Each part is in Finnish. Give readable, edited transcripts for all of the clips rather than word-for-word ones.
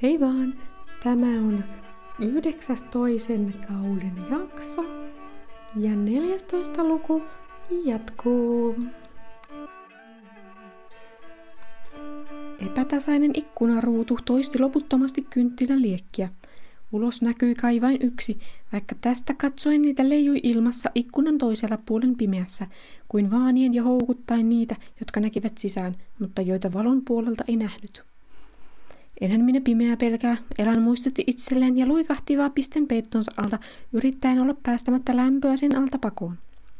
Hei vaan! Tämä on 19. kauden jakso ja 14. luku jatkuu. Epätasainen ikkunaruutu toisti loputtomasti kynttilän liekkiä. Ulos näkyi kai vain yksi, vaikka tästä katsoen niitä leijui ilmassa ikkunan toisella puolen pimeässä, kuin vaanien ja houkuttaen niitä, jotka näkivät sisään, mutta joita valon puolelta ei nähnyt. Enhän minä pimeää pelkää, Elan muistutti itselleen ja luikahti vaapisten peittonsa alta, yrittäen olla päästämättä lämpöä sen alta pakoon.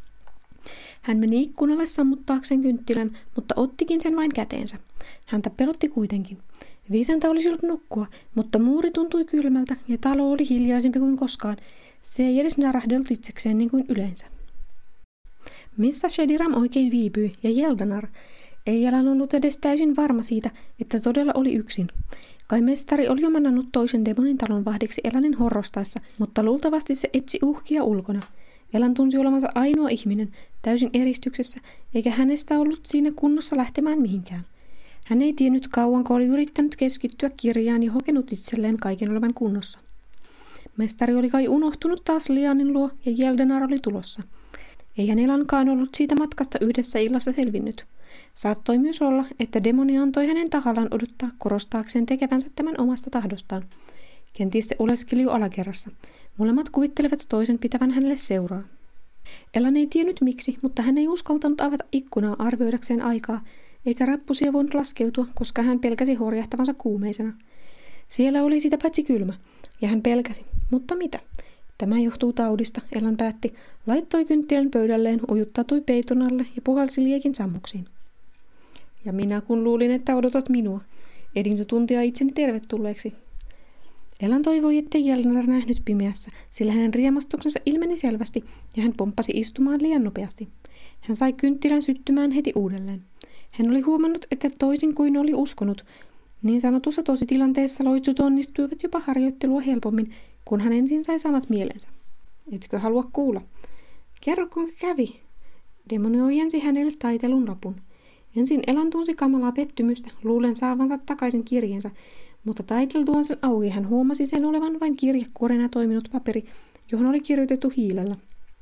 Hän meni ikkunalle sammuttaakseen kynttilän, mutta ottikin sen vain käteensä. Häntä pelotti kuitenkin. Viisanta olisi ollut nukkua, mutta muuri tuntui kylmältä ja talo oli hiljaisempi kuin koskaan. Se ei edes narahdellut itsekseen niin kuin yleensä. Missä Shediram oikein viipyi ja Jeldanar? Ei Elan ollut edes täysin varma siitä, että todella oli yksin. Kai mestari oli jo mannannut toisen demonin talon vahdiksi Elanin horrostaessa, mutta luultavasti se etsi uhkia ulkona. Elan tunsi olevansa ainoa ihminen, täysin eristyksessä, eikä hänestä ollut siinä kunnossa lähtemään mihinkään. Hän ei tiennyt kauanko oli yrittänyt keskittyä kirjaan ja hokenut itselleen kaiken olevan kunnossa. Mestari oli kai unohtunut taas Lianin luo ja Jeldanar oli tulossa. Eihän Elankaan ollut siitä matkasta yhdessä illassa selvinnyt. Saattoi myös olla, että demoni antoi hänen tahallaan odottaa korostaakseen tekevänsä tämän omasta tahdostaan. Kenties se oleskeli jo alakerrassa. Molemmat kuvittelivat toisen pitävän hänelle seuraa. Elan ei tiennyt miksi, mutta hän ei uskaltanut avata ikkunaa arvioidakseen aikaa, eikä rappusia voinut laskeutua, koska hän pelkäsi horjahtavansa kuumeisena. Siellä oli sitä paitsi kylmä, ja hän pelkäsi. Mutta mitä? Tämä johtuu taudista, Elan päätti, laittoi kynttilän pöydälleen, ujuttautui peiton alle ja puhalsi liekin sammuksiin. Ja minä kun luulin, että odotat minua, edin jo tuntia itseni tervetulleeksi. Elan toivoi, ettei Jeldanar nähnyt pimeässä, sillä hänen riemastuksensa ilmeni selvästi ja hän pomppasi istumaan liian nopeasti. Hän sai kynttilän syttymään heti uudelleen. Hän oli huomannut, että toisin kuin oli uskonut, niin sanotussa tositilanteessa loitsut onnistuivat jopa harjoittelua helpommin, kun hän ensin sai sanat mielensä. Etkö halua kuulla? Kerro, kuinka kävi. Demoni ojensi hänelle taitelun lapun. Ensin Elan tunsi kamalaa pettymystä, luulen saavansa takaisin kirjeensä, mutta taiteltuaan sen auki hän huomasi sen olevan vain kirjekuorena toiminut paperi, johon oli kirjoitettu hiilellä.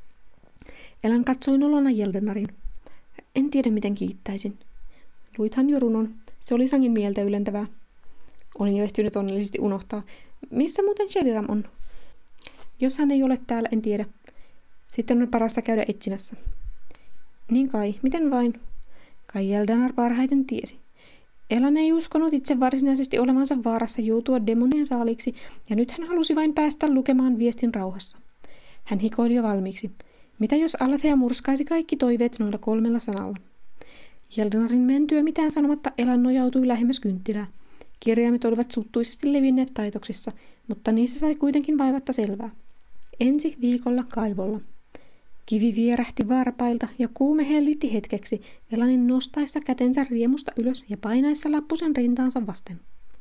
Elan katsoi nolona Jeldanarin. En tiedä, miten kiittäisin. Luithan jo runon. Se oli sangen mieltä ylentävää. Olin jo ehtinyt onnellisesti unohtaa. Missä muuten Shediram on? Jos hän ei ole täällä, en tiedä. Sitten on parasta käydä etsimässä. Niin kai, miten vain? Kai Jeldanar parhaiten tiesi. Elan ei uskonut itse varsinaisesti olevansa vaarassa joutua demonien saaliksi, ja nyt hän halusi vain päästä lukemaan viestin rauhassa. Hän hikoili jo valmiiksi. Mitä jos Aletheia murskaisi kaikki toiveet noilla 3 sanalla? Jeldanarin mentyä mitään sanomatta Elan nojautui lähemmäs kynttilää. Kirjaimet olivat suttuisesti levinneet taitoksissa, mutta niissä sai kuitenkin vaivatta selvää. Ensi viikolla kaivolla. Kivi vierähti varpailta ja kuume hellitti hetkeksi Elanin nostaessa kätensä riemusta ylös ja painaessa lappusen rintaansa vasten.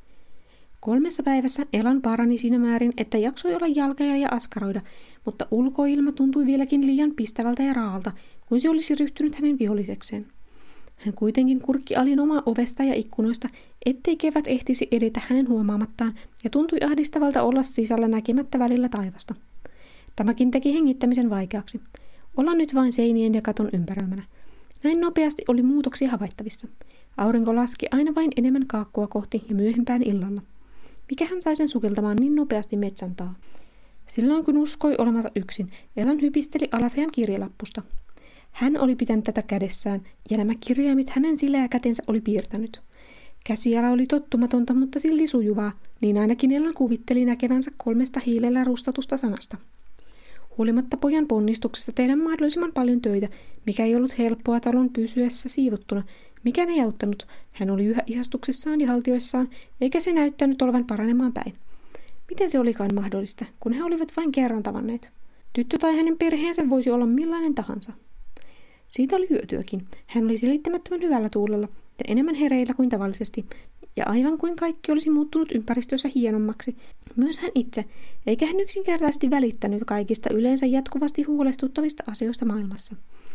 3 päivässä Elan parani siinä määrin, että jaksoi olla jalkeilla ja askaroida, mutta ulkoilma tuntui vieläkin liian pistävältä ja raalta, kuin se olisi ryhtynyt hänen vihollisekseen. Hän kuitenkin kurkki alin omaa ovesta ja ikkunoista, ettei kevät ehtisi edetä hänen huomaamattaan, ja tuntui ahdistavalta olla sisällä näkemättä välillä taivasta. Tämäkin teki hengittämisen vaikeaksi. Olla nyt vain seinien ja katon ympäröimänä. Näin nopeasti oli muutoksia havaittavissa. Aurinko laski aina vain enemmän kaakkua kohti ja myöhempään illalla. Mikä hän sai sen sukeltamaan niin nopeasti metsän taa? Silloin kun uskoi olevansa yksin, Elan hypisteli Alethean kirjalappusta. Hän oli pitänyt tätä kädessään, ja nämä kirjaimet hänen sileä kätensä oli piirtänyt. Käsiala oli tottumatonta, mutta silti sujuvaa, niin ainakin Elan kuvitteli näkevänsä 3 hiilellä rustatusta sanasta. Huolimatta pojan ponnistuksessa tehdä mahdollisimman paljon töitä, mikä ei ollut helppoa talon pysyessä siivottuna, mikään ei auttanut. Hän oli yhä ihastuksissaan ja haltioissaan, eikä se näyttänyt olevan paranemaan päin. Miten se olikaan mahdollista, kun he olivat vain kerran tavanneet? Tyttö tai hänen perheensä voisi olla millainen tahansa. Siitä oli hyötyäkin. Hän oli selittämättömän hyvällä tuulella ja enemmän hereillä kuin tavallisesti, ja aivan kuin kaikki olisi muuttunut ympäristössä hienommaksi, myös hän itse, eikä hän yksinkertaisesti välittänyt kaikista yleensä jatkuvasti huolestuttavista asioista maailmassa.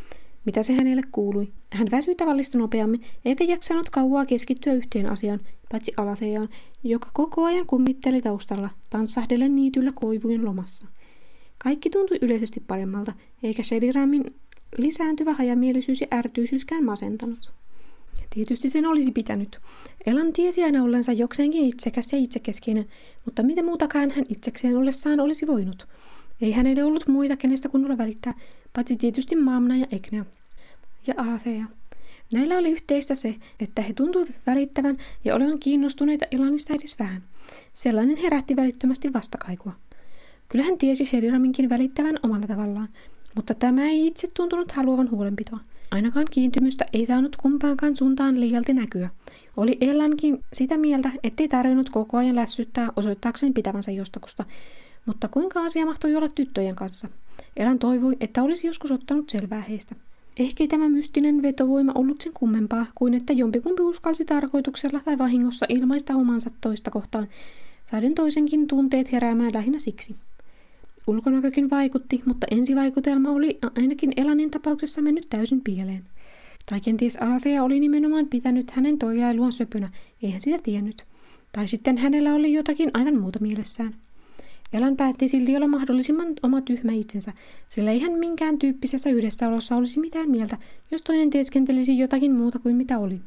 mitä se hänelle kuului. Hän väsyi tavallista nopeammin, eikä jaksanut kauaa keskittyä yhteen asiaan, paitsi Alatheaan, joka koko ajan kummitteli taustalla, tanssahdellen niityllä koivujen lomassa. Kaikki tuntui yleisesti paremmalta, eikä Shadiramin lisääntyvä hajamielisyys ja ärtyisyyskään masentanut. Tietysti sen olisi pitänyt. Elan tiesi aina ollensa jokseenkin itsekäs ja itsekeskeinen, mutta mitä muutakaan hän itsekseen ollessaan olisi voinut. Ei hänelle ollut muita, kenestä kunnolla välittää, paitsi tietysti Maamna ja Egnea ja Althea. Näillä oli yhteistä se, että he tuntuivat välittävän ja olevan kiinnostuneita Elanista edes vähän. Sellainen herätti välittömästi vastakaikua. Kyllä hän tiesi Shadiraminkin välittävän omalla tavallaan, mutta tämä ei itse tuntunut haluavan huolenpitoa. Ainakaan kiintymystä ei saanut kumpaankaan suuntaan liialti näkyä. Oli Ellankin sitä mieltä, ettei tarvinnut koko ajan lässyttää osoittaakseen pitävänsä jostakusta, mutta kuinka asia mahtoi olla tyttöjen kanssa? Elan toivoi, että olisi joskus ottanut selvää heistä. Ehkä ei tämä mystinen vetovoima ollut sen kummempaa kuin että jompikumpi uskalsi tarkoituksella tai vahingossa ilmaista omansa toista kohtaan, saaden toisenkin tunteet heräämään lähinnä siksi. Ulkonäkökin vaikutti, mutta ensivaikutelma oli ainakin Elanin tapauksessa mennyt täysin pieleen. Tai kenties Althea oli nimenomaan pitänyt hänen toilailuaan söpönä, eihän sitä tiennyt. Tai sitten hänellä oli jotakin aivan muuta mielessään. Elan päätti silti olla mahdollisimman oma tyhmä itsensä, sillä ei hän minkään tyyppisessä yhdessäolossa olisi mitään mieltä, jos toinen teeskentelisi jotakin muuta kuin mitä oli.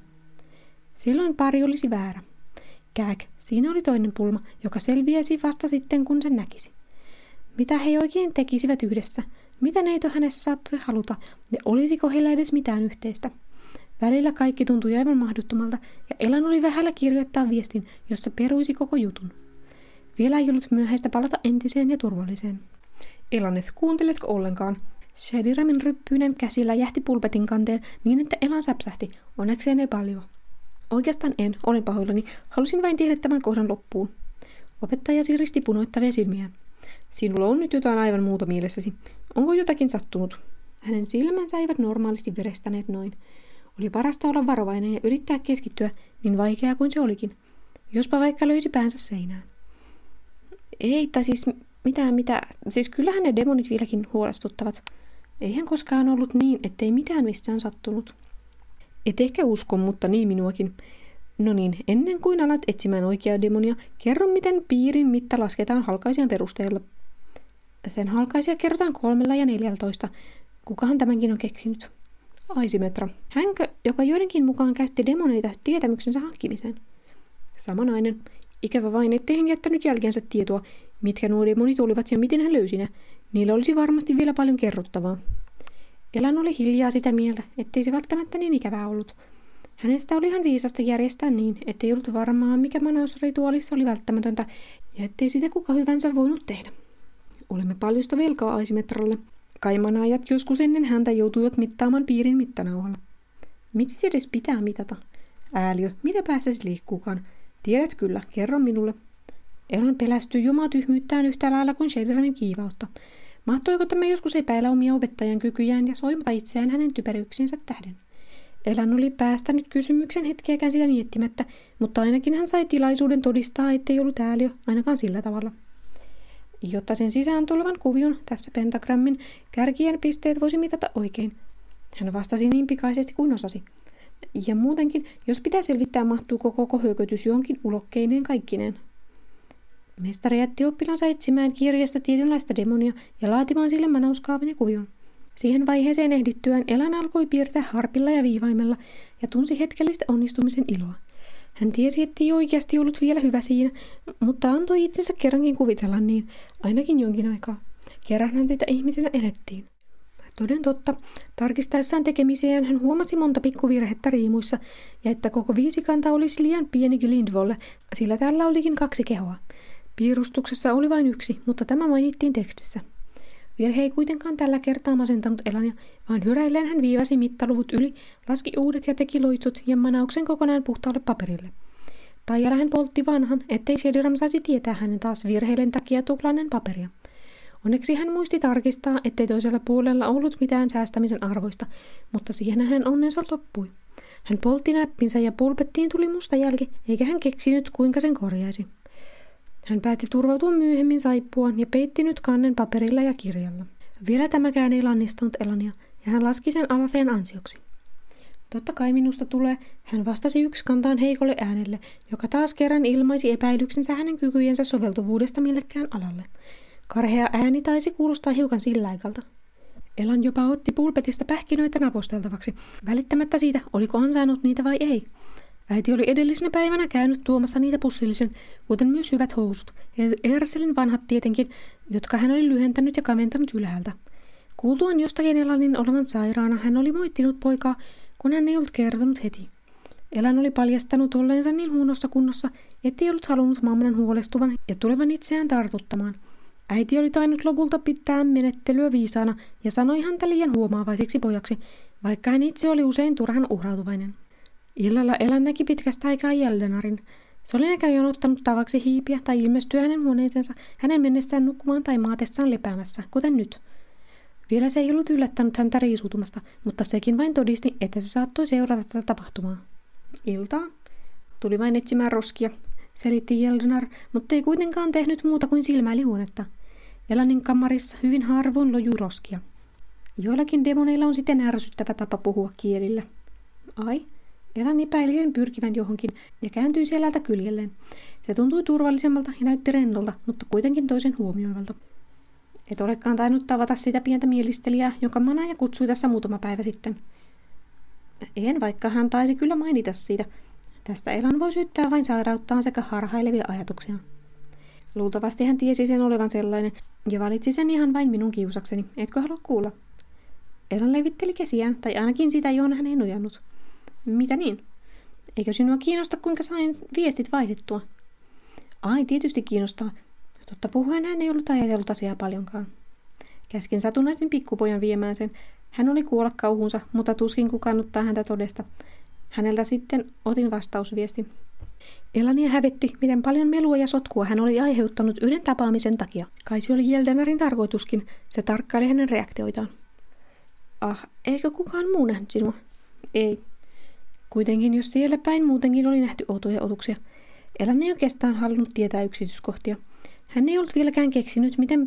Silloin pari olisi väärä. Kääk, siinä oli toinen pulma, joka selviäisi vasta sitten, kun sen näkisi. Mitä he oikein tekisivät yhdessä? Mitä neito hänessä saattoi haluta? Ja olisiko heillä edes mitään yhteistä? Välillä kaikki tuntui aivan mahdottomalta, ja Elan oli vähällä kirjoittaa viestin, jossa peruisi koko jutun. Vielä ei ollut myöhäistä palata entiseen ja turvalliseen. Elanet, kuunteletko ollenkaan? Shadiramin ryppyinen käsi läjähti pulpetin kanteen niin, että Elan säpsähti, onnekseen ei paljon. Oikeastaan en, olen pahoillani, halusin vain tehdä tämän kohdan loppuun. Opettaja siristi punoittavia silmiään. Sinulla on nyt jotain aivan muuta mielessäsi. Onko jotakin sattunut? Hänen silmänsä eivät normaalisti verestäneet noin. Oli parasta olla varovainen ja yrittää keskittyä, niin vaikeaa kuin se olikin. Jospa vaikka löysi päänsä seinään. Ei, tai siis mitä. Siis kyllähän ne demonit vieläkin huolestuttavat. Eihän koskaan ollut niin, ettei mitään missään sattunut. Et ehkä usko, mutta niin minuakin. No niin, ennen kuin alat etsimään oikeaa demonia, kerro miten piirin mitta lasketaan halkaisijan perusteella. Sen halkaisija kerrotaan 3 ja 14. Kukahan tämänkin on keksinyt? Aisimetra. Hänkö, joka joidenkin mukaan käytti demoneita tietämyksensä hankkimiseen? Sama nainen. Ikävä vain, ettei hän jättänyt jälkeensä tietoa, mitkä nuo demonit olivat ja miten hän löysi ne. Niillä olisi varmasti vielä paljon kerrottavaa. Elan oli hiljaa sitä mieltä, ettei se välttämättä niin ikävää ollut. Hänestä oli ihan viisasta järjestää niin, ettei ollut varmaa, mikä manausrituaalissa oli välttämätöntä, ja ettei sitä kuka hyvänsä voinut tehdä. Olemme paljosta velkaa Aisimetralle. Kai manaajat joskus ennen häntä joutuivat mittaamaan piirin mittanauhalla. Miksi se edes pitää mitata? Ääliö, mitä päässäsi liikkuukaan? Tiedät kyllä, kerro minulle. Elan pelästyi jumaa tyhmyyttään yhtä lailla kuin Shadiramin kiivautta. Mahtoiko tämä joskus epäillä omia opettajan kykyjään ja soimata itseään hänen typeryyksiensä tähden? Elan oli päästänyt kysymyksen hetkeäkään sitä miettimättä, mutta ainakin hän sai tilaisuuden todistaa, ettei ollut ääliö, ainakaan sillä tavalla. Jotta sen sisään tulevan kuvion, tässä pentagrammin, kärkien pisteet voisi mitata oikein. Hän vastasi niin pikaisesti kuin osasi. Ja muutenkin, jos pitää selvittää, mahtuuko koko hökötys johonkin ulokkeineen kaikkineen. Mestari jätti oppilansa etsimään kirjasta tietynlaista demonia ja laatimaan sille manauskaavan ja kuvion. Siihen vaiheeseen ehdittyään Elan alkoi piirtää harpilla ja viivaimella ja tunsi hetkellistä onnistumisen iloa. Hän tiesi, ettei oikeasti ollut vielä hyvä siinä, mutta antoi itsensä kerrankin kuvitella niin, ainakin jonkin aikaa. Kerranhan sitä ihmisenä elettiin. Toden totta, tarkistaessaan tekemisiään hän huomasi monta pikkuvirhettä riimuissa ja että koko viisikanta olisi liian pieni Glindvolle, sillä tällä olikin 2 kehoa. Piirustuksessa oli vain 1, mutta tämä mainittiin tekstissä. Virhe ei kuitenkaan tällä kertaa masentanut Elania, vaan hyräilleen hän viivasi mittaluvut yli, laski uudet ja teki loitsut ja manauksen kokonaan puhtaalle paperille. Taijalla hän poltti vanhan, ettei Shadiram saisi tietää hänen taas virheiden takia tuplannen paperia. Onneksi hän muisti tarkistaa, ettei toisella puolella ollut mitään säästämisen arvoista, mutta siihen hänen onnensa loppui. Hän poltti näppinsä ja pulpettiin tuli musta jälki, eikä hän keksinyt kuinka sen korjaisi. Hän päätti turvautua myöhemmin saippuaan ja peitti nyt kannen paperilla ja kirjalla. Vielä tämäkään ei lannistanut Elania, ja hän laski sen Alatheen ansioksi. Totta kai minusta tulee, hän vastasi yksikantaan heikolle äänelle, joka taas kerran ilmaisi epäilyksensä hänen kykyjensä soveltuvuudesta millekään alalle. Karhea ääni taisi kuulostaa hiukan silläikalta. Elan jopa otti pulpetista pähkinöitä naposteltavaksi, välittämättä siitä, oliko ansainnut niitä vai ei. Äiti oli edellisenä päivänä käynyt tuomassa niitä pussillisen, kuten myös hyvät housut, Erselin vanhat tietenkin, jotka hän oli lyhentänyt ja kaventanut ylhäältä. Kuultuaan jostakin Elanin olevan sairaana, hän oli moittinut poikaa, kun hän ei ollut kertonut heti. Elan oli paljastanut olleensa niin huonossa kunnossa, ettei ollut halunnut mamman huolestuvan ja tulevan itseään tartuttamaan. Äiti oli tainnut lopulta pitää menettelyä viisaana ja sanoi häntä liian huomaavaiseksi pojaksi, vaikka hän itse oli usein turhan uhrautuvainen. Illalla Elan näki pitkästä aikaa Jeldenarin. Se oli näköjään ottanut tavaksi hiipiä tai ilmestyä hänen huoneeseensa hänen mennessään nukkumaan tai maatessaan lepäämässä, kuten nyt. Vielä se ei ollut yllättänyt häntä riisuutumasta, mutta sekin vain todisti, että se saattoi seurata tätä tapahtumaa. Iltaa. Tuli vain etsimään roskia, selitti Jeldenar, mutta ei kuitenkaan tehnyt muuta kuin silmäili huonetta. Elanin kammarissa hyvin harvoin lojui roskia. Joillakin demoneilla on sitten ärsyttävä tapa puhua kielillä. Ai? Elan epäili sen pyrkivän johonkin ja kääntyi selältä kyljelleen. Se tuntui turvallisemmalta ja näytti rennolta, mutta kuitenkin toisen huomioivalta. Et olekaan tainnut tavata sitä pientä mielistelijää, jonka manaaja kutsui tässä muutama päivä sitten. En, vaikka hän taisi kyllä mainita siitä. Tästä Elan voi syyttää vain sairauttaan sekä harhailevia ajatuksia. Luultavasti hän tiesi sen olevan sellainen ja valitsi sen ihan vain minun kiusakseni. Etkö halua kuulla? Elan levitteli käsiään, tai ainakin sitä, johon hän ei nojannut. Mitä niin? Eikö sinua kiinnosta, kuinka sain viestit vaihdettua? Ai, tietysti kiinnostaa. Totta puhuen hän ei ollut ajatellut asiaa paljonkaan. Käskin satunnaisen pikkupojan viemään sen. Hän oli kuolla kauhunsa, mutta tuskin kukaan ottaa häntä todesta. Häneltä sitten otin vastausviestin. Elania hävetti, miten paljon melua ja sotkua hän oli aiheuttanut yhden tapaamisen takia. Kai se oli Jeldenarin tarkoituskin. Se tarkkaili hänen reaktioitaan. Ah, eikö kukaan muu nähnyt sinua? Ei. Kuitenkin, jos siellä päin muutenkin oli nähty outoja otuksia. Elan ei oikeastaan halunnut tietää yksityiskohtia. Hän ei ollut vieläkään keksinyt, miten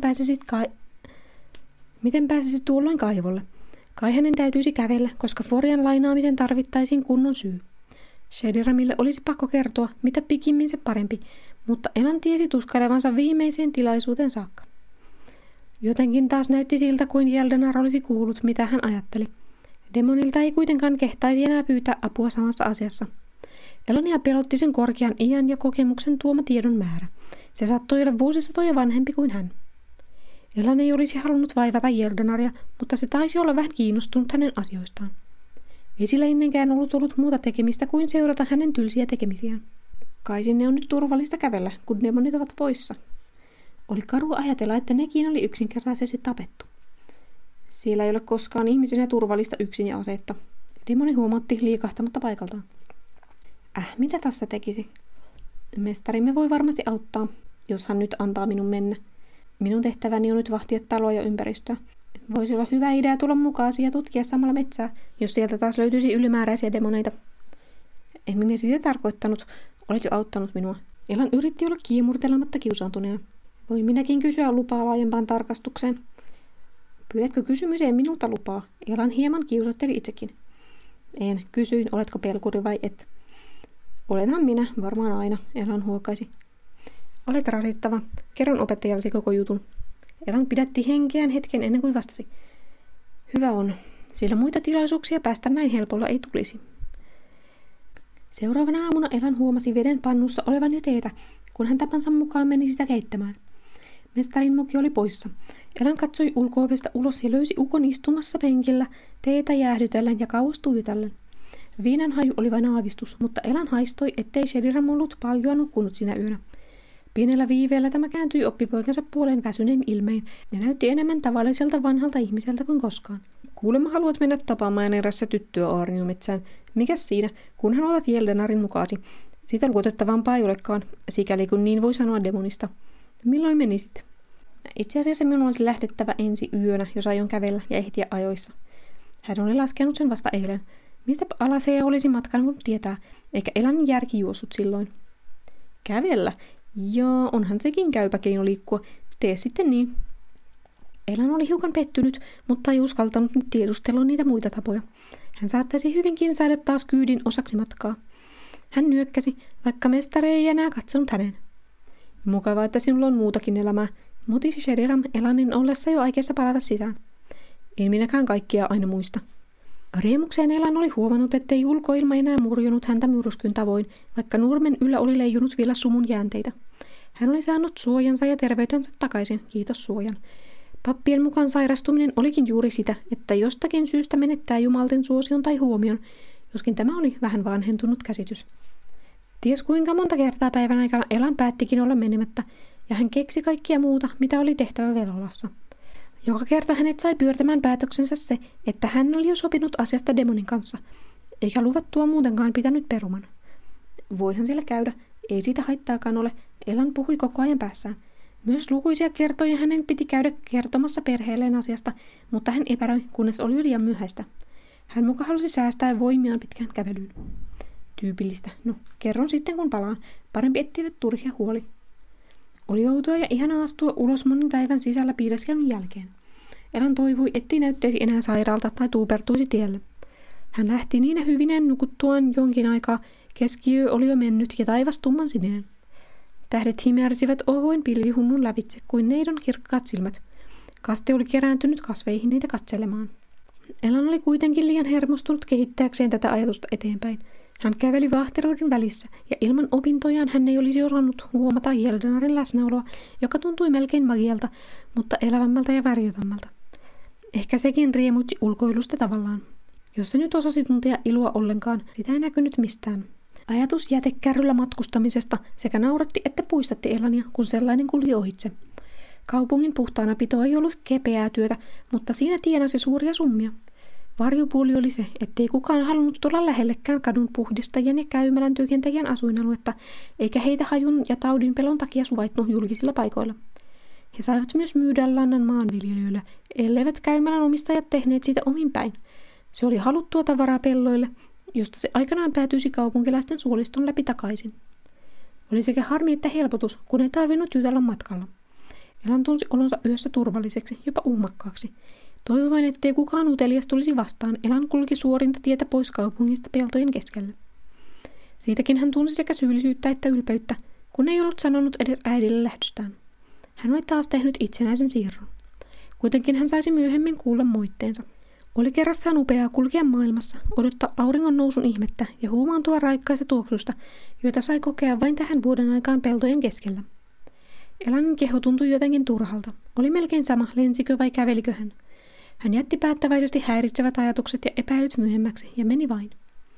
pääsisit tuolloin kaivolle. Kai hänen täytyisi kävellä, koska Forian lainaamisen tarvittaisiin kunnon syy. Shadiramille olisi pakko kertoa, mitä pikimmin se parempi, mutta Elan tiesi tuskailevansa viimeiseen tilaisuuteen saakka. Jotenkin taas näytti siltä, kuin Jeldenar olisi kuullut, mitä hän ajatteli. Demonilta ei kuitenkaan kehtaisi enää pyytää apua samassa asiassa. Elania pelotti sen korkean iän ja kokemuksen tuoma tiedon määrä. Se saattoi olla vuosisatoja vanhempi kuin hän. Elan ei olisi halunnut vaivata Jeldenaria, mutta se taisi olla vähän kiinnostunut hänen asioistaan. Ei sillä ennenkään ollut muuta tekemistä kuin seurata hänen tylsiä tekemisiään. Kai sinne on nyt turvallista kävellä, kun demonit ovat poissa. Oli karua ajatella, että nekin oli yksinkertaisesti tapettu. Siellä ei ole koskaan ihmisenä turvallista yksin ja aseetta. Demoni huomautti liikahtamatta paikaltaan. Mitä tässä tekisi? Mestarimme voi varmasti auttaa, jos hän nyt antaa minun mennä. Minun tehtäväni on nyt vahtia taloa ja ympäristöä. Voisi olla hyvä idea tulla mukaasi ja tutkia samalla metsää, jos sieltä taas löytyisi ylimääräisiä demoneita. En minä sitä tarkoittanut. Olet jo auttanut minua. Elan yritti olla kiemurtelematta kiusaantuneena. Voin minäkin kysyä lupaa laajempaan tarkastukseen. Pyydätkö kysymyseen minulta lupaa? Elan hieman kiusotteli itsekin. En. Kysyin, oletko pelkuri vai et. Olenhan minä, varmaan aina, Elan huokaisi. Olet rasittava. Kerron opettajallesi koko jutun. Elan pidätti henkeään hetken ennen kuin vastasi. Hyvä on, sillä muita tilaisuuksia päästä näin helpolla ei tulisi. Seuraavana aamuna Elan huomasi veden pannussa olevan jo teetä, kun hän tapansa mukaan meni sitä keittämään. Mestarin muki oli poissa. Elan katsoi ulko-ovesta ulos ja löysi ukon istumassa penkillä, teetä jäähdytellen ja kauas tuijotellen. Viinan haju oli vain aavistus, mutta Elan haistoi, ettei Shadiram ollut paljon nukkunut sinä yönä. Pienellä viiveellä tämä kääntyi oppipoikansa puoleen väsyneen ilmein ja näytti enemmän tavalliselta vanhalta ihmiseltä kuin koskaan. Kuulemma haluat mennä tapaamaan erässä tyttöä aarniometsään. Mikäs siinä, kunhan otat Jeldenarin mukaasi. Sitä luotettavampaa ei olekaan, sikäli kun niin voi sanoa demonista. Milloin menisit? Itse asiassa minun olisi lähdettävä ensi yönä, jos aion kävellä ja ehtiä ajoissa. Hän oli laskenut sen vasta eilen. Mistä Alathea olisi matkan voinut tietää, eikä Elanin järki juossut silloin. Kävellä? Joo, onhan sekin käypä keino liikkua. Tee sitten niin. Elan oli hiukan pettynyt, mutta ei uskaltanut nyt tiedustella niitä muita tapoja. Hän saattaisi hyvinkin saada taas kyydin osaksi matkaa. Hän nyökkäsi, vaikka mestari ei enää katsonut hänen. Mukavaa, että sinulla on muutakin elämää, mutisi Sheriram Elanin ollessa jo aikeessa palata sisään. En minäkään kaikkia aina muista. Riemukseen Elan oli huomannut, ettei ulkoilma enää murjonut häntä myrskyn tavoin, vaikka nurmen yllä oli leijunut vielä sumun jäänteitä. Hän oli saanut suojansa ja terveytensä takaisin, kiitos suojan. Pappien mukaan sairastuminen olikin juuri sitä, että jostakin syystä menettää jumalten suosion tai huomion, joskin tämä oli vähän vanhentunut käsitys. Ties kuinka monta kertaa päivän aikana Elan päättikin olla menemättä, ja hän keksi kaikkia muuta, mitä oli tehtävä Velolassa. Joka kerta hänet sai pyörtämään päätöksensä se, että hän oli jo sopinut asiasta demonin kanssa, eikä luvattua muutenkaan pitänyt peruman. Voihan sillä käydä, ei siitä haittaakaan ole, Elan puhui koko ajan päässään. Myös lukuisia kertoja hänen piti käydä kertomassa perheelleen asiasta, mutta hän epäröi, kunnes oli liian myöhäistä. Hän muka halusi säästää voimiaan pitkään kävelyyn. Tyypillistä. No, kerron sitten kun palaan. Parempi etteivät turhia huoli. Oli outoa ja ihanaa astua ulos monen päivän sisällä piileskelyn jälkeen. Elan toivoi, ettei näyttäisi enää sairaalta tai tuupertuisi tielle. Hän lähti niin hyvineen nukuttuaan jonkin aikaa. Keskiyö oli jo mennyt ja taivas tumman sininen. Tähdet himeärsivät ohuin pilvihunnun lävitse kuin neidon kirkkaat silmät. Kaste oli kerääntynyt kasveihin niitä katselemaan. Elan oli kuitenkin liian hermostunut kehittääkseen tätä ajatusta eteenpäin. Hän käveli vaahteroiden välissä, ja ilman opintojaan hän ei olisi osannut huomata Hjeldenarin läsnäoloa, joka tuntui melkein magialta, mutta elävämmältä ja värjyvämmältä. Ehkä sekin riemuitsi ulkoilusta tavallaan. Jos se nyt osasi tuntea iloa ollenkaan, sitä ei näkynyt mistään. Ajatus jätekärryllä matkustamisesta sekä nauratti että puistatti Elania, kun sellainen kulki ohitse. Kaupungin puhtaanapito ei ollut kepeää työtä, mutta siinä tienasi suuria summia. Varjopuoli oli se, ettei kukaan halunnut tulla lähellekään kadun puhdistajien ja käymälän tyhjentäjien asuinaluetta, eikä heitä hajun ja taudin pelon takia suvaittu julkisilla paikoilla. He saivat myös myydä lannan maanviljelijöille, elleivät käymälän omistajat tehneet siitä omin päin. Se oli haluttua tavaraa pelloille, josta se aikanaan päätyisi kaupunkilaisten suoliston läpi takaisin. Oli sekä harmi että helpotus, kun ei tarvinnut jutella matkalla. Elan tunsi olonsa yössä turvalliseksi, jopa uhmakkaaksi. Toivoin, ettei kukaan utelias tulisi vastaan, Elan kulki suorinta tietä pois kaupungista peltojen keskelle. Siitäkin hän tunsi sekä syyllisyyttä että ylpeyttä, kun ei ollut sanonut edes äidille lähdöstään. Hän oli taas tehnyt itsenäisen siirron. Kuitenkin hän saisi myöhemmin kuulla moitteensa. Oli kerrassaan upeaa kulkea maailmassa, odottaa auringon nousun ihmettä ja huumaantua raikkaista tuoksusta, joita sai kokea vain tähän vuoden aikaan peltojen keskellä. Elanin keho tuntui jotenkin turhalta. Oli melkein sama, lensikö vai kävelikö hän. Hän jätti päättäväisesti häiritsevät ajatukset ja epäilyt myöhemmäksi ja meni vain.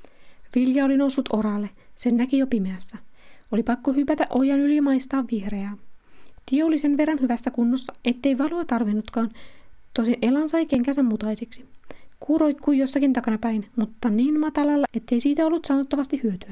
Vilja oli noussut oralle, sen näki jo pimeässä. Oli pakko hypätä ojan yli ja maistaa vihreää. Tie oli sen verran hyvässä kunnossa, ettei valoa tarvinnutkaan, tosin Elan sai kenkänsä mutaisiksi. Kuu roikkui jossakin takanapäin, mutta niin matalalla, ettei siitä ollut sanottavasti hyötyä.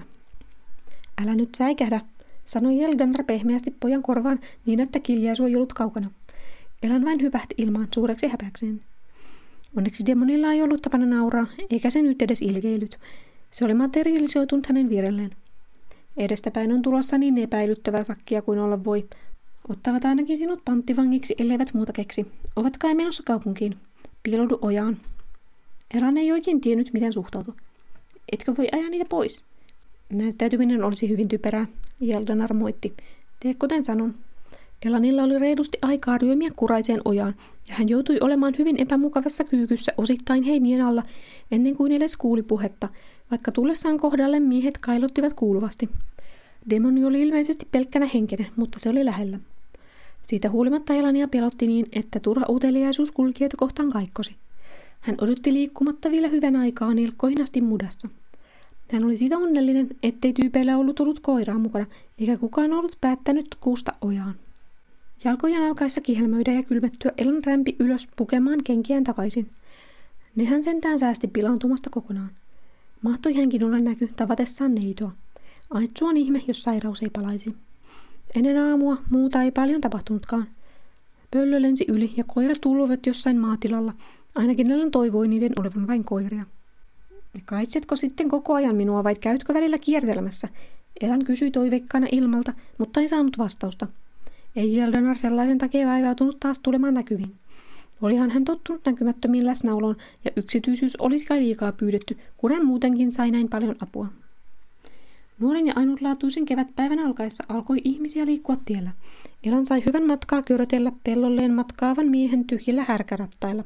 Älä nyt säikähdä, sanoi Hjeldenar pehmeästi pojan korvaan niin, että kiljaisu ei ollut kaukana. Elan vain hypähti ilmaan suureksi häpäkseen. Onneksi demonilla ei ollut tapana nauraa, eikä se nyt edes ilkeillyt. Se oli materialisoitunut hänen vierelleen. Edestäpäin on tulossa niin epäilyttävää sakkia kuin olla voi. Ottavat ainakin sinut panttivangiksi, elleivät muuta keksi. Ovat kai menossa kaupunkiin. Piiloudu ojaan. Elan ei oikein tiennyt, miten suhtautua. Etkö voi ajaa niitä pois? Näyttäytyminen olisi hyvin typerää, Hjeldenar moitti. Tee kuten sanon. Elanilla oli reilusti aikaa ryömiä kuraiseen ojaan, ja hän joutui olemaan hyvin epämukavassa kyykyssä osittain heinien alla, ennen kuin edes kuuli puhetta, vaikka tullessaan kohdalle miehet kailottivat kuuluvasti. Demoni oli ilmeisesti pelkkänä henkenä, mutta se oli lähellä. Siitä huolimatta Elania pelotti niin, että turha uteliaisuus kulkijoita kohtaan kaikkosi. Hän odotti liikkumatta vielä hyvän aikaa nilkkoihin asti mudassa. Hän oli siitä onnellinen, ettei tyypeillä ollut koiraa mukana, eikä kukaan ollut päättänyt kuusta ojaan. Jalkojen alkaessa kihelmöidä ja kylmettyä Elan rämpi ylös pukemaan kenkiään takaisin. Nehän sentään säästi pilaantumasta kokonaan. Mahtoi hänkin olla näky tavatessaan neitoa. Aitsu on ihme, jos sairaus ei palaisi. Ennen aamua muuta ei paljon tapahtunutkaan. Pöllö lensi yli ja koirat tulluvat jossain maatilalla. Ainakin Elan toivoi niiden olevan vain koiria. Kaitsetko sitten koko ajan minua vai käytkö välillä kiertelemässä? Elan kysyi toiveikkaana ilmalta, mutta ei saanut vastausta. Ei Hjeldenar sellaisen takia vaivautunut taas tulemaan näkyviin. Olihan hän tottunut näkymättömiin läsnäoloon ja yksityisyys olisi kai liikaa pyydetty, kun hän muutenkin sai näin paljon apua. Nuoren ja ainutlaatuisen kevätpäivän alkaessa alkoi ihmisiä liikkua tiellä. Elan sai hyvän matkaa körötellä pellolleen matkaavan miehen tyhjillä härkärattailla.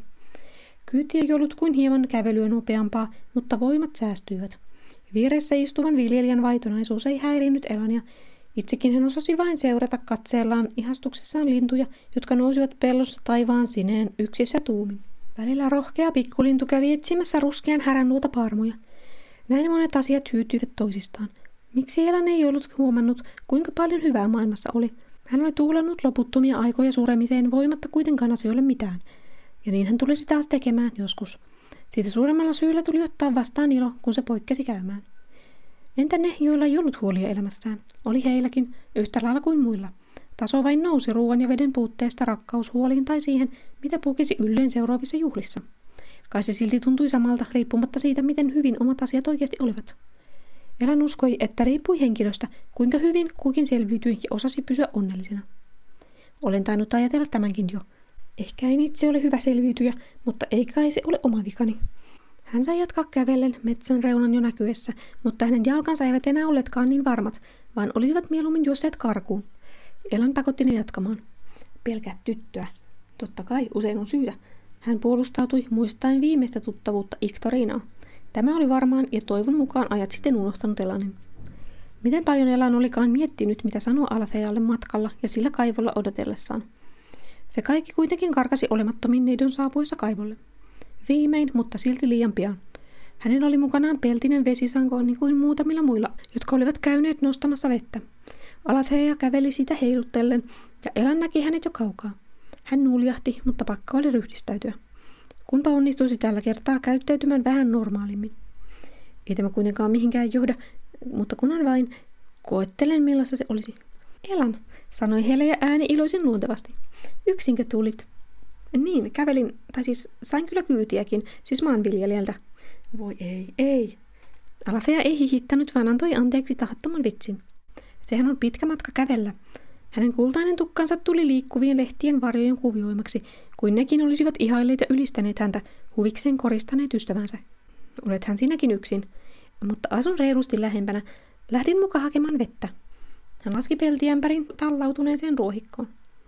Kyyti ei ollut kuin hieman kävelyä nopeampaa, mutta voimat säästyivät. Vieressä istuvan viljelijän vaitonaisuus ei häirinnyt Elania. Itsekin hän osasi vain seurata katseellaan ihastuksessaan lintuja, jotka nousivat pellossa taivaan sineen yksissä tuumin. Välillä rohkea pikkulintu kävi etsimässä ruskean härän luota paarmuja. Näin monet asiat hyytyivät toisistaan. Miksi Elan ei ollut huomannut, kuinka paljon hyvää maailmassa oli? Hän oli tuulannut loputtomia aikoja suremiseen voimatta kuitenkaan asioille mitään. Ja niin hän tulisi taas tekemään joskus. Siitä suuremmalla syyllä tuli ottaa vastaan ilo, kun se poikkesi käymään. Entä ne, joilla ei ollut huolia elämässään? Oli heilläkin, yhtä lailla kuin muilla. Taso vain nousi ruoan ja veden puutteesta rakkaushuoliin tai siihen, mitä pukisi ylleen seuraavissa juhlissa. Kai se silti tuntui samalta, riippumatta siitä, miten hyvin omat asiat oikeasti olivat. Elan uskoi, että riippui henkilöstä, kuinka hyvin kukin selviytyi ja osasi pysyä onnellisena. Olen tainnut ajatella tämänkin jo. Ehkä en itse ole hyvä selviytyjä, mutta ei kai se ole oma vikani. Hän sai jatkaa kävellen metsän reunan jo näkyessä, mutta hänen jalkansa eivät enää olleetkaan niin varmat, vaan olisivat mieluummin juosseet karkuun. Elan pakotti ne jatkamaan. Pelkää tyttöä. Totta kai, usein on syytä. Hän puolustautui muistaen viimeistä tuttavuutta Iktorinaa. Tämä oli varmaan ja toivon mukaan ajat sitten unohtanut Elanin. Miten paljon Elan olikaan miettinyt, mitä sanoa Alathealle matkalla ja sillä kaivolla odotellessaan. Se kaikki kuitenkin karkasi olemattomin neidon saapuessa kaivolle. Viimein, mutta silti liian pian. Hänen oli mukanaan peltinen vesisanko niin kuin muutamilla muilla, jotka olivat käyneet nostamassa vettä. Alathea käveli sitä heilutellen ja Elan näki hänet jo kaukaa. Hän nuljahti, mutta pakka oli ryhdistäytyä. Kunpa onnistuisi tällä kertaa käyttäytymään vähän normaalimmin. Ei tämä kuitenkaan mihinkään johda, mutta kunhan vain koettelen millaista se olisi. Elan, sanoi heleä ääni iloisen luontevasti. Yksinkö tulit? Niin, kävelin, tai siis sain kyllä kyytiäkin, siis maanviljelijältä. Voi ei. Alathea ei hihittänyt, vaan antoi anteeksi tahattoman vitsin. Sehän on pitkä matka kävellä. Hänen kultainen tukkansa tuli liikkuvien lehtien varjojen kuvioimaksi, kuin nekin olisivat ihailleet ja ylistäneet häntä, huvikseen koristaneet ystävänsä. Olethan sinäkin yksin, mutta asun reilusti lähempänä. Lähdin mukaan hakemaan vettä. Hän laski peltiämpärin tallautuneeseen ruohikkoon.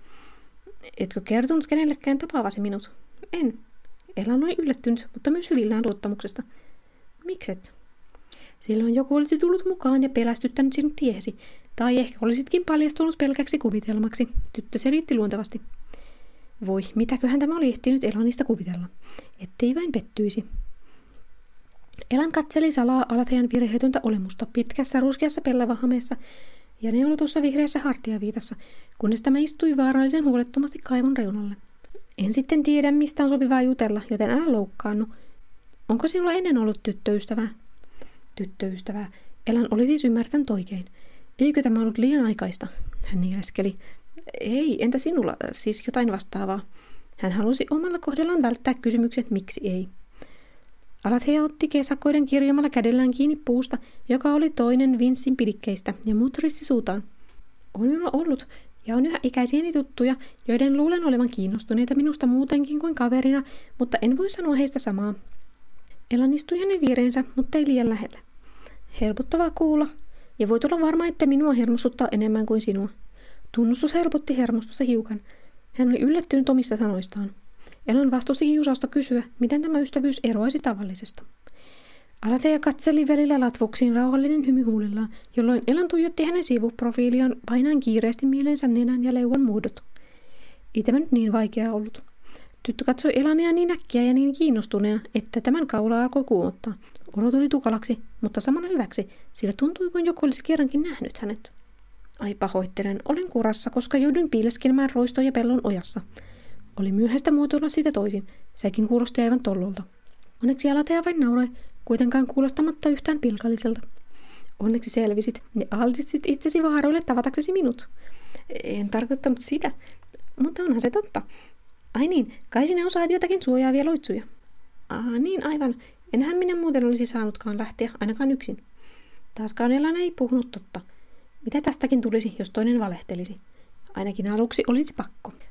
Etkö kertonut kenellekään tapaavasi minut? En. Elan oli yllättynyt, mutta myös hyvillään luottamuksesta. Mikset? Silloin joku olisi tullut mukaan ja pelästyttänyt sinut tiehesi, tai ehkä olisitkin paljastunut pelkäksi kuvitelmaksi, tyttö selitti luontevasti. Voi, mitäköhän tämä oli ehtinyt Elanista kuvitella, ettei vain pettyisi. Elan katseli salaa Alathean virheetöntä olemusta pitkässä ruskeassa pellavahameessa ja neulotussa vihreässä hartiaviitassa, kunnes tämä istui vaarallisen huolettomasti kaivon reunalle. En sitten tiedä, mistä on sopivaa jutella, joten älä loukkaannu. Onko sinulla ennen ollut tyttöystävää? Tyttöystävää. Elan oli siis ymmärtänyt oikein. Eikö tämä ollut liian aikaista? Hän niileskeli. Ei, entä sinulla? Siis jotain vastaavaa. Hän halusi omalla kohdallaan välttää kysymyksen, miksi ei. Alathea otti kesakoiden kirjomalla kädellään kiinni puusta, joka oli toinen Vinssin pidikkeistä, ja mutristi suutaan. On minulla ollut, ja on yhä ikäisiäni tuttuja, joiden luulen olevan kiinnostuneita minusta muutenkin kuin kaverina, mutta en voi sanoa heistä samaa. Elan istui hänen viereensä, mutta ei liian lähelle. Helpottavaa kuulla, ja voit olla varma, että minua hermostuttaa enemmän kuin sinua. Tunnustus helpotti hermostusta hiukan. Hän oli yllättynyt omista sanoistaan. Elan vastusti kiusausta kysyä, miten tämä ystävyys eroaisi tavallisesta. Alathea katseli välillä latvuksiin rauhallinen hymy huulillaan, jolloin Elan tuijotti hänen sivuprofiiliaan painaen kiireesti mieleensä nenän ja leuan muodot. Ei tämä nyt niin vaikeaa ollut. Tyttö katsoi Elania niin äkkiä ja niin kiinnostuneena, että tämän kaula alkoi kuumottaa. Olo tuli tukalaksi, mutta samalla hyväksi, sillä tuntui kuin joku olisi kerrankin nähnyt hänet. Ai pahoittelen, olin kurassa, koska jouduin piileskelemään roistoja pellon ojassa. Oli myöhäistä muotoilla sitä toisin. Sekin kuulosti aivan tollolta. Onneksi Alathea vain nauroi, kuitenkaan kuulostamatta yhtään pilkalliselta. Onneksi selvisit ja altistsit itsesi vaaroille tavataksesi minut. En tarkoittanut sitä, mutta onhan se totta. Ai niin, kai sinä osaat jotakin suojaavia loitsuja. Niin aivan. Enhän minä muuten olisi saanutkaan lähteä, ainakaan yksin. Taaskaan Elan ei puhunut totta. Mitä tästäkin tulisi, jos toinen valehtelisi? Ainakin aluksi olisi pakko.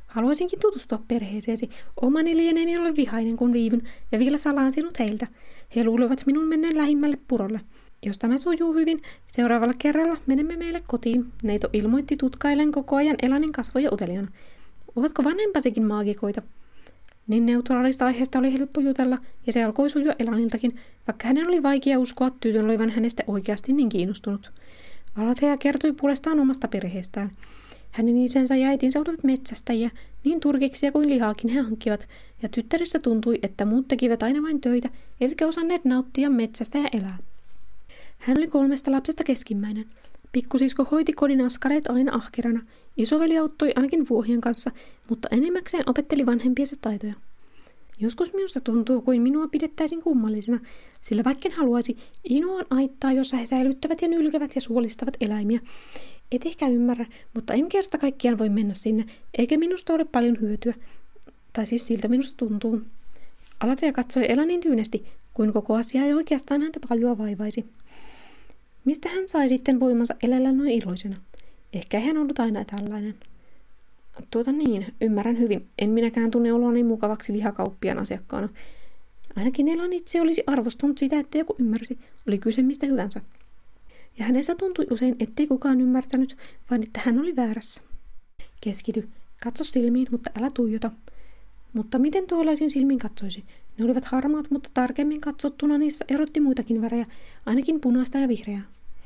Haluaisinkin tutustua perheeseesi. Omani lienee minulle vihainen, kun viivyn, ja vielä salaan sinut heiltä. He luulevat minun menneen lähimmälle purolle. Jos tämä sujuu hyvin, seuraavalla kerralla menemme meille kotiin, neito ilmoitti tutkaillen koko ajan Elanin kasvoja uteliaana. Ovatko vanhempasikin maagikoita? Niin neutraalista aiheesta oli helppo jutella, ja se alkoi sujua Elaniltakin, vaikka hänen oli vaikea uskoa tytön olevan hänestä oikeasti niin kiinnostunut. Alathea kertoi puolestaan omasta perheestään. Hänen isänsä ja äitinsä olivat metsästäjiä, niin turkiksia kuin lihaakin he hankkivat, ja tyttärissä tuntui, että muut tekivät aina vain töitä, eivätkä osanneet nauttia metsästä ja elää. Hän oli 3 lapsesta keskimmäinen. Pikkusisko hoiti kodin askareet aina ahkerana. Isoveli auttoi ainakin vuohien kanssa, mutta enimmäkseen opetteli vanhempiensa taitoja. Joskus minusta tuntuu, kuin minua pidettäisiin kummallisena, sillä vaikken haluaisi, Ino on aittaa, jossa he säilyttävät ja nylkevät ja suolistavat eläimiä. Et ehkä ymmärrä, mutta en kerta kaikkiaan voi mennä sinne, eikä minusta ole paljon hyötyä. Tai siis siltä minusta tuntuu. Alathea katsoi Elanin tyynesti, kuin koko asia ei oikeastaan häntä paljon vaivaisi. Mistä hän sai sitten voimansa elellä noin iloisena? Ehkä hän ollut aina tällainen. Niin, ymmärrän hyvin. En minäkään tunne oloani mukavaksi lihakauppiaan asiakkaana. Ainakin Elan itse olisi arvostunut sitä, että joku ymmärsi, oli kyse mistä hyvänsä. Ja hänessä tuntui usein, ettei kukaan ymmärtänyt, vaan että hän oli väärässä. Keskity. Katso silmiin, mutta älä tuijota. Mutta miten tuollaisin silmin katsoisi? Ne olivat harmaat, mutta tarkemmin katsottuna niissä erotti muitakin värejä, ainakin punaista ja vihreää.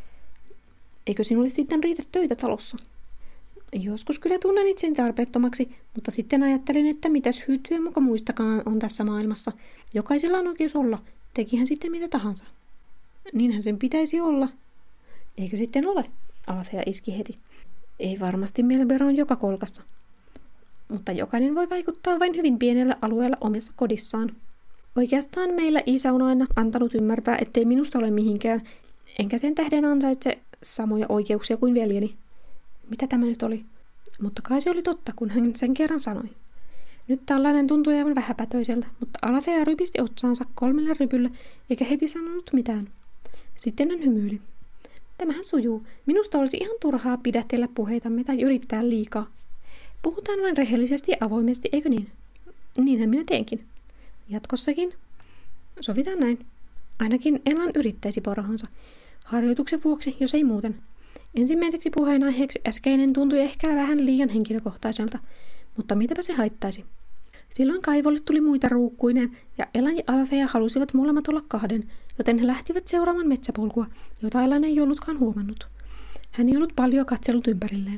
Eikö sinulle sitten riitä töitä talossa? Joskus kyllä tunnen itseni tarpeettomaksi, mutta sitten ajattelin, että mitäs hyötyä muka muistakaan on tässä maailmassa. Jokaisella on oikeus olla, tekihän sitten mitä tahansa. Niinhän sen pitäisi olla. Eikö sitten ole? Alathea iski heti. Ei varmasti Melber on joka kolkassa. Mutta jokainen voi vaikuttaa vain hyvin pienellä alueella omassa kodissaan. Oikeastaan meillä isä on aina antanut ymmärtää, ettei minusta ole mihinkään, enkä sen tähden ansaitse samoja oikeuksia kuin veljeni. Mitä tämä nyt oli? Mutta kai se oli totta, kun hän sen kerran sanoi. Nyt tällainen tuntui aivan vähäpätöiseltä, mutta Alathea rypisti otsaansa 3 rypyllä, eikä heti sanonut mitään. Sitten hän hymyili. Tämähän sujuu. Minusta olisi ihan turhaa pidätellä puheitamme tai yrittää liikaa. Puhutaan vain rehellisesti ja avoimesti, eikö niin? Niinhän minä teenkin. Jatkossakin? Sovitaan näin. Ainakin Elan yrittäisi parhaansa. Harjoituksen vuoksi, jos ei muuten. Ensimmäiseksi puheenaiheeksi äskeinen tuntui ehkä vähän liian henkilökohtaiselta, mutta mitäpä se haittaisi. Silloin kaivolle tuli muita ruukkuineen, ja Elan ja Alathea halusivat molemmat olla 2, joten he lähtivät seuraamaan metsäpolkua, jota Elan ei ollutkaan huomannut. Hän ei ollut paljon katsellut ympärilleen.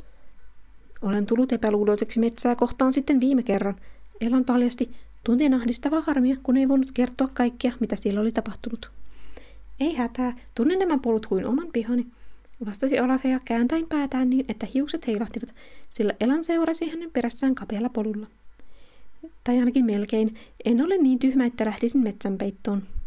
Olen tullut epäluuloiseksi metsää kohtaan sitten viime kerran. Elan paljasti, tuntien ahdistavaa harmia, kun ei voinut kertoa kaikkea, mitä siellä oli tapahtunut. Ei hätää, tunnen nämä polut kuin oman pihani, vastasi Alathea kääntäen päätään niin, että hiukset heilahtivat, sillä Elan seurasi hänen perässään kapealla polulla. Tai ainakin melkein, en ole niin tyhmä, että lähtisin metsänpeittoon.